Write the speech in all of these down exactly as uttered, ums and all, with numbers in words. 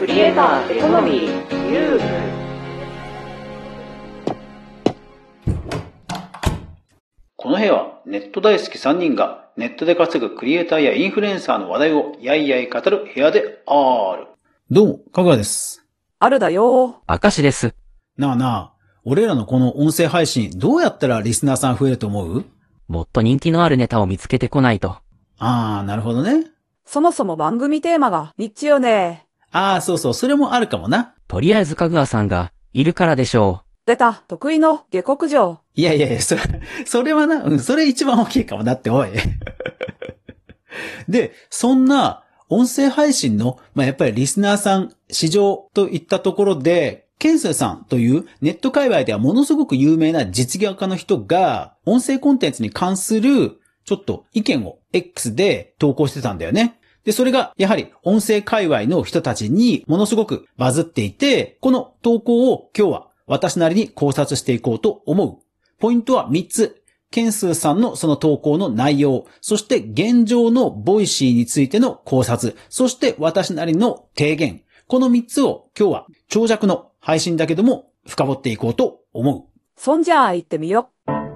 クリエイターエコノミー U。 この部屋はネット大好きさんにんがネットで稼ぐクリエイターやインフルエンサーの話題をやいやい語る部屋である。どうも、かぐわです。 あるだよ。 明石です。 なあなあ、俺らのこの音声配信どうやったらリスナーさん増えると思う？ もっと人気のあるネタを見つけてこないと。 ああ、なるほどね。 そもそも番組テーマがニッチよね。 ああ、そうそう、それもあるかもな。 とりあえずかぐわさんがいるからでしょう。 出た、得意の下克上。 いやいやいや、それ、それはな、うん、それ一番大きいかもなって、おい。で、そんな音声配信の、まあ、やっぱりリスナーさん、市場といったところで、ケンスーさんというネット界隈ではものすごく有名な実業家の人が、音声コンテンツに関するちょっと意見を X で投稿してたんだよね。で、それがやはり音声界隈の人たちにものすごくバズっていて、この投稿を今日は私なりに考察していこうと思う。ポイントはみっつ。ケンスーさんのその投稿の内容、そして現状のボイシーについての考察、そして私なりの提言。このみっつを今日は長尺の配信だけども深掘っていこうと思う。 そんじゃあ行ってみよ。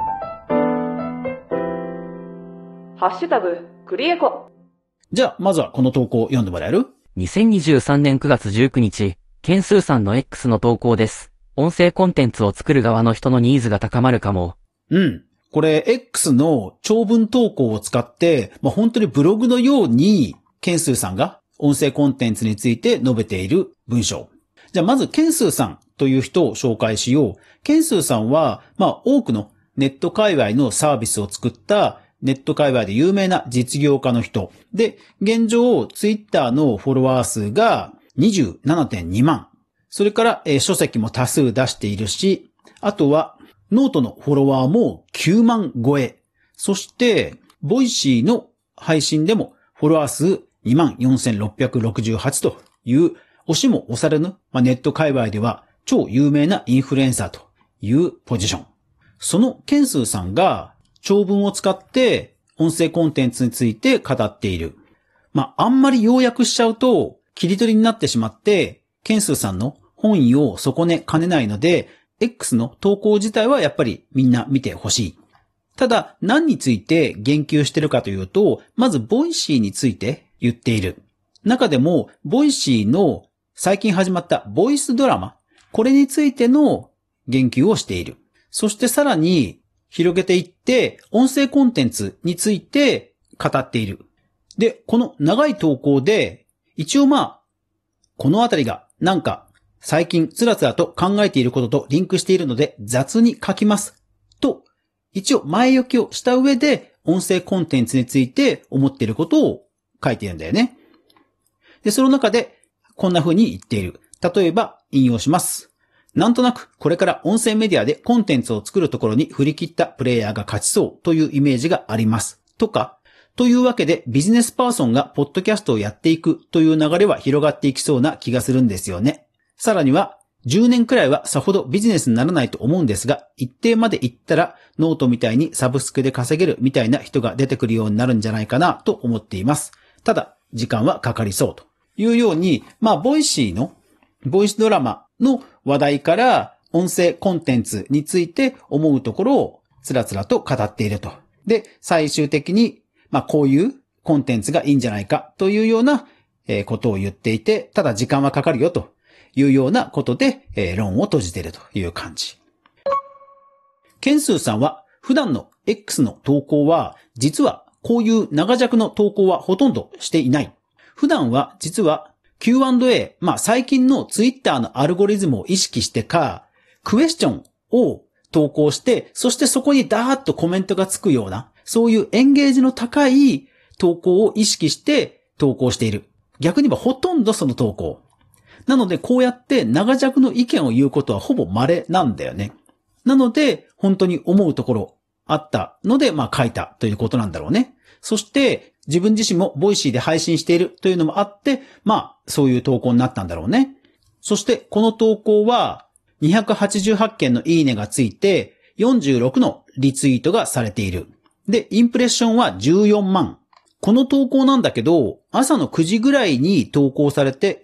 ハッシュタグクリエコ。 じゃあまずはこの投稿を読んでもらえる？ にせんにじゅうさんねんくがつじゅうくにち、ケンスーさんの X の投稿です。音声コンテンツを作る側の人のニーズが高まるかも。 うん。これ X の長文投稿を使って、まあ、本当にブログのようにケンスーさんが音声コンテンツについて述べている文章。じゃあまずケンスーさんという人を紹介しよう。ケンスーさんは、まあ多くのネット界隈のサービスを作ったネット界隈で有名な実業家の人。で、現状ツイッターのフォロワー数が にじゅうななてんにまん。それから、えー、書籍も多数出しているし、あとはノートのフォロワーもきゅうまん超え。そして、ボイシーの配信でもフォロワー数 にまんよんせんろっぴゃくろくじゅうはち という押しも押されぬ、まあ、ネット界隈では超有名なインフルエンサーというポジション。そのケンスーさんが長文を使って音声コンテンツについて語っている。まあ、あんまり要約しちゃうと切り取りになってしまって、ケンスーさんの本意を損ねかねないので、X の投稿自体はやっぱりみんな見てほしい。ただ、何について言及してるかというと、まずボイシーについて言っている。中でも、ボイシーの最近始まったボイスドラマ、これについての言及をしている。そしてさらに広げていって、音声コンテンツについて語っている。で、この長い投稿で、一応まあ、このあたりがなんか最近つらつらと考えていることとリンクしているので雑に書きます。と、一応前置きをした上で音声コンテンツについて思っていることを書いているんだよね。で、その中でこんな風に言っている。例えば、引用します。なんとなく、これから音声メディアでコンテンツを作るところに振り切ったプレイヤーが勝ちそうというイメージがあります。とか、というわけでビジネスパーソンがポッドキャストをやっていくという流れは広がっていきそうな気がするんですよね。さらには、じゅうねんくらいはさほどビジネスにならないと思うんですが、一定まで行ったらノートみたいにサブスクで稼げるみたいな人が出てくるようになるんじゃないかなと思っています。ただ、時間はかかりそうと。いうように、まあ、ボイシーの、ボイスドラマの話題から音声コンテンツについて思うところをつらつらと語っていると。で、最終的に、まあ、こういうコンテンツがいいんじゃないかというようなことを言っていて、ただ時間はかかるよというようなことで論を閉じているという感じ。ケンスーさんは普段の X の投稿は、実はこういう長尺の投稿はほとんどしていない。普段は実は キューアンドエー、まあ最近のツイッターのアルゴリズムを意識してか、クエスチョンを投稿して、そしてそこにダーッとコメントがつくような、そういうエンゲージの高い投稿を意識して投稿している。逆に言えばほとんどその投稿。なのでこうやって長尺の意見を言うことはほぼ稀なんだよね。なので本当に思うところあったので、まあ書いたということなんだろうね。そして自分自身もボイシーで配信しているというのもあって、まあそういう投稿になったんだろうね。そしてこの投稿はにひゃくはちじゅうはちけんのいいねがついてよんじゅうろくのリツイートがされている。で、インプレッションはじゅうよんまん。この投稿なんだけど、朝のくじぐらいに投稿されて、今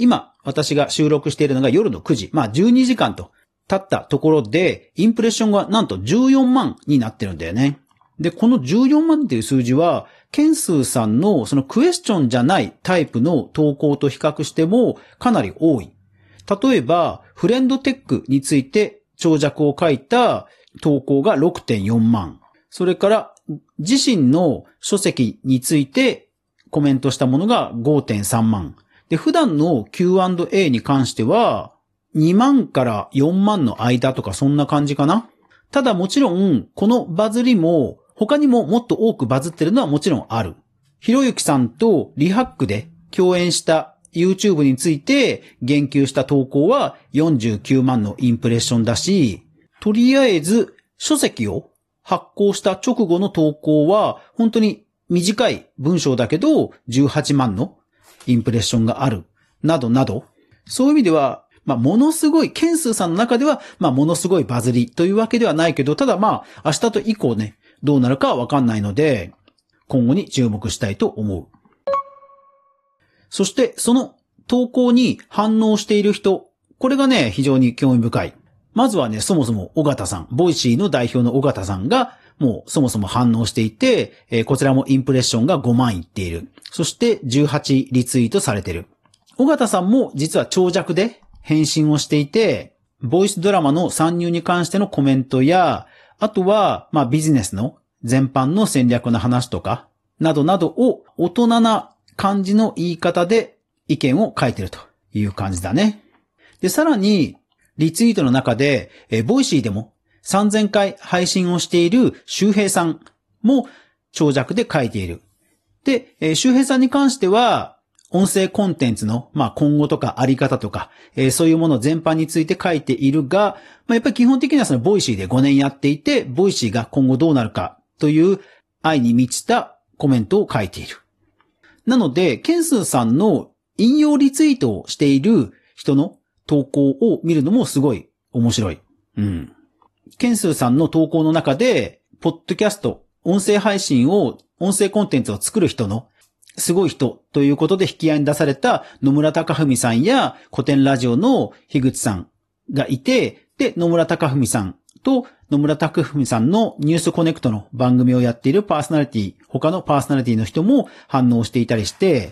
私が収録しているのが夜のくじ、まあじゅうにじかんと経ったところで、インプレッションがなんとじゅうよんまんになってるんだよね。で、このじゅうよんまんっていう数字は、ケンスーさんのそのクエスチョンじゃないタイプの投稿と比較してもかなり多い。例えば、フレンドテックについて長尺を書いた投稿が ろくてんよんまん。それから、自身の書籍についてコメントしたものが ごてんさんまん。で、普段の キューアンドエー に関しては、にまんからよんまんの間とかそんな感じかな。ただもちろん、このバズりも、他にももっと多くバズってるのはもちろんある。ひろゆきさんとリハックで共演した YouTube について言及した投稿はよんじゅうきゅうまんのインプレッションだし、とりあえず書籍を発行した直後の投稿は本当に短い文章だけどじゅうはちまんのインプレッションがある。などなど。そういう意味では、まあ、ものすごい、ケンスーさんの中では、まあ、ものすごいバズりというわけではないけど、ただまあ、明日と以降ね、どうなるかはわかんないので、今後に注目したいと思う。そして、その投稿に反応している人、これがね、非常に興味深い。まずはね、そもそも尾形さん、ボイシーの代表の尾形さんが、もうそもそも反応していて、えー、こちらもインプレッションがごまんいっている。そしてじゅうはちリツイートされている。尾形さんも実は長尺で返信をしていて、ボイスドラマの参入に関してのコメントや、あとは、まあビジネスの全般の戦略の話とか、などなどを大人な感じの言い方で意見を書いてるという感じだね。で、さらに、リツイートの中で、えー、ボイシーでもさんぜんかい配信をしている周平さんも長尺で書いている。で、えー、周平さんに関しては、音声コンテンツの、まあ、今後とかあり方とか、えー、そういうもの全般について書いているが、まあ、やっぱり基本的にはそのボイシーでごねんやっていて、ボイシーが今後どうなるかという愛に満ちたコメントを書いている。なので、ケンスーさんの引用リツイートをしている人の投稿を見るのもすごい面白い。うん。ケンスーさんの投稿の中で、ポッドキャスト、音声配信を、音声コンテンツを作る人のすごい人ということで引き合いに出された野村隆文さんや古典ラジオの樋口さんがいて、で、野村隆文さんと野村隆文さんのニュースコネクトの番組をやっているパーソナリティ、他のパーソナリティの人も反応していたりして、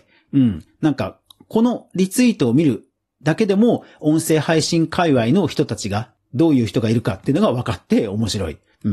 うん、なんか、このリツイートを見るだけでも音声配信界隈の人たちがどういう人がいるかっていうのが分かって面白い。うん。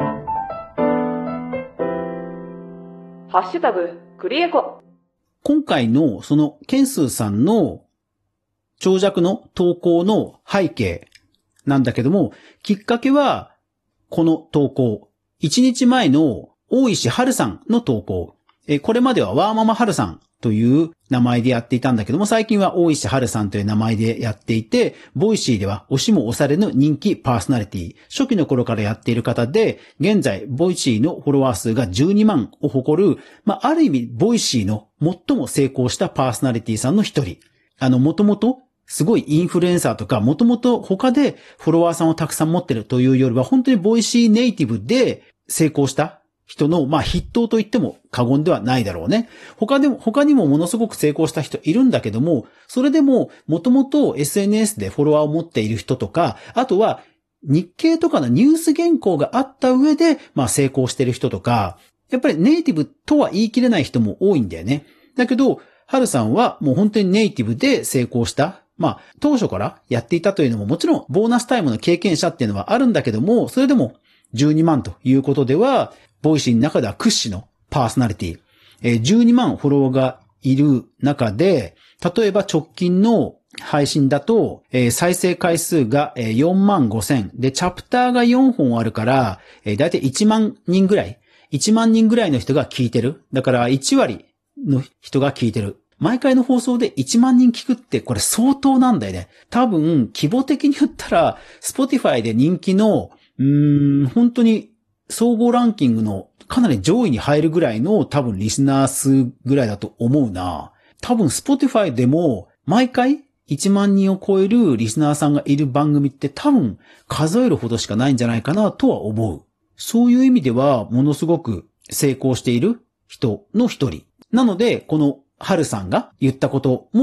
ハッシュタグ、クリエコ。 今回のそのケンスーさんの長尺の投稿の背景なんだけども、きっかけはこの投稿。一日前の大石春さんの投稿。え、これまではワーママ春さんという名前でやっていたんだけども、最近は大石春さんという名前でやっていて、ボイシーでは押しも押されぬ人気パーソナリティ。初期の頃からやっている方で、現在、ボイシーのフォロワー数がじゅうにまんを誇る、まあ、ある意味、ボイシーの最も成功したパーソナリティさんの一人。あの、もともと、すごいインフルエンサーとか、もともと他でフォロワーさんをたくさん持ってるというよりは、本当にボイシーネイティブで成功した人の、まあ、筆頭と言っても過言ではないだろうね。他でも、他にもものすごく成功した人いるんだけども、それでも、もともと エスエヌエス でフォロワーを持っている人とか、あとは、日経とかのニュース原稿があった上で、まあ、成功している人とか、やっぱりネイティブとは言い切れない人も多いんだよね。だけど、ハルさんはもう本当にネイティブで成功した。まあ、当初からやっていたというのももちろん、ボーナスタイムの経験者っていうのはあるんだけども、それでもじゅうにまんということでは、ボイシーの中では屈指のパーソナリティ。えー、じゅうにまんフォロワーがいる中で、例えば直近の配信だと、えー、再生回数がよんまんごせん。で、チャプターがよんほんあるから、えー、だいたいいちまんにんぐらい。いちまんにんぐらいの人が聞いてる。だからいちわりの人が聞いてる。毎回の放送でいちまんにん聞くってこれ相当なんだよね。多分、規模的に言ったら、Spotify で人気の、うーん、本当に、総合ランキングのかなり上位に入るぐらいの多分リスナー数ぐらいだと思うな。多分 Spotify でも毎回いちまんにんを超えるリスナーさんがいる番組って多分数えるほどしかないんじゃないかなとは思う。そういう意味ではものすごく成功している人の一人。なのでこの春さんが言ったことも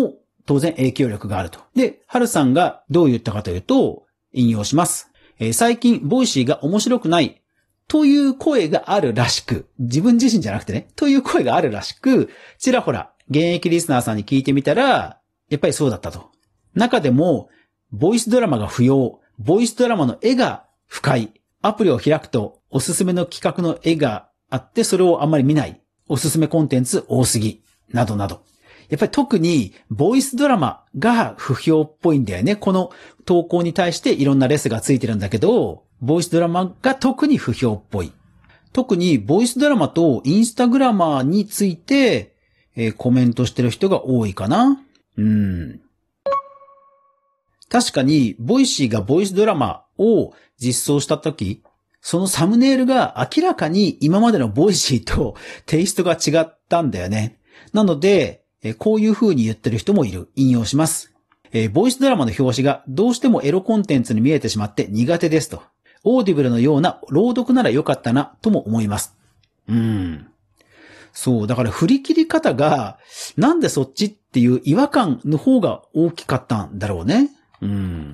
当然影響力があると。で、ハルさんがどう言ったかというと、引用します。えー、最近、ボイシーが面白くないという声があるらしく、自分自身じゃなくてね、という声があるらしく、ちらほら、現役リスナーさんに聞いてみたら、やっぱりそうだったと。中でも、ボイスドラマが不要、ボイスドラマの絵が不快、アプリを開くとおすすめの企画の絵があってそれをあんまり見ない、おすすめコンテンツ多すぎ、などなど。やっぱり特にボイスドラマが不評っぽいんだよね。この投稿に対していろんなレスがついてるんだけど、ボイスドラマが特に不評っぽい。特にボイスドラマとインスタグラマーについて、えー、コメントしてる人が多いかな。うん。確かに、ボイシーがボイスドラマを実装したとき、そのサムネイルが明らかに今までのボイシーとテイストが違ったんだよね。なので、こういう風に言ってる人もいる。引用します。ボイスドラマの表紙がどうしてもエロコンテンツに見えてしまって苦手ですと。オーディブルのような朗読なら良かったなとも思います。うーん。そう、だから振り切り方がなんでそっちっていう違和感の方が大きかったんだろうね。うん。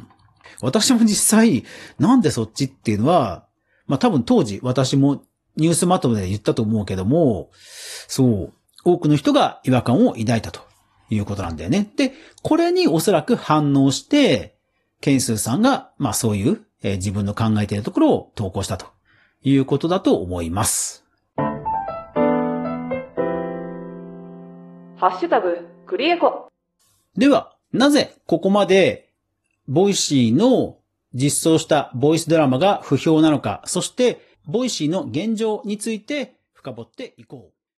私も実際、なんでそっちっていうのは、まあ多分当時私もニュースまとめで言ったと思うけども、そう、多くの人が違和感を抱いたということなんだよね。で、これにおそらく反応して、ケンスーさんが、まあそういう、えー、自分の考えているところを投稿したということだと思います。 ハッシュタグ、クリエコ。 では、なぜここまでボイシーの実装したボイスドラマが不評なのか、そしてボイシーの現状について深掘っていこう。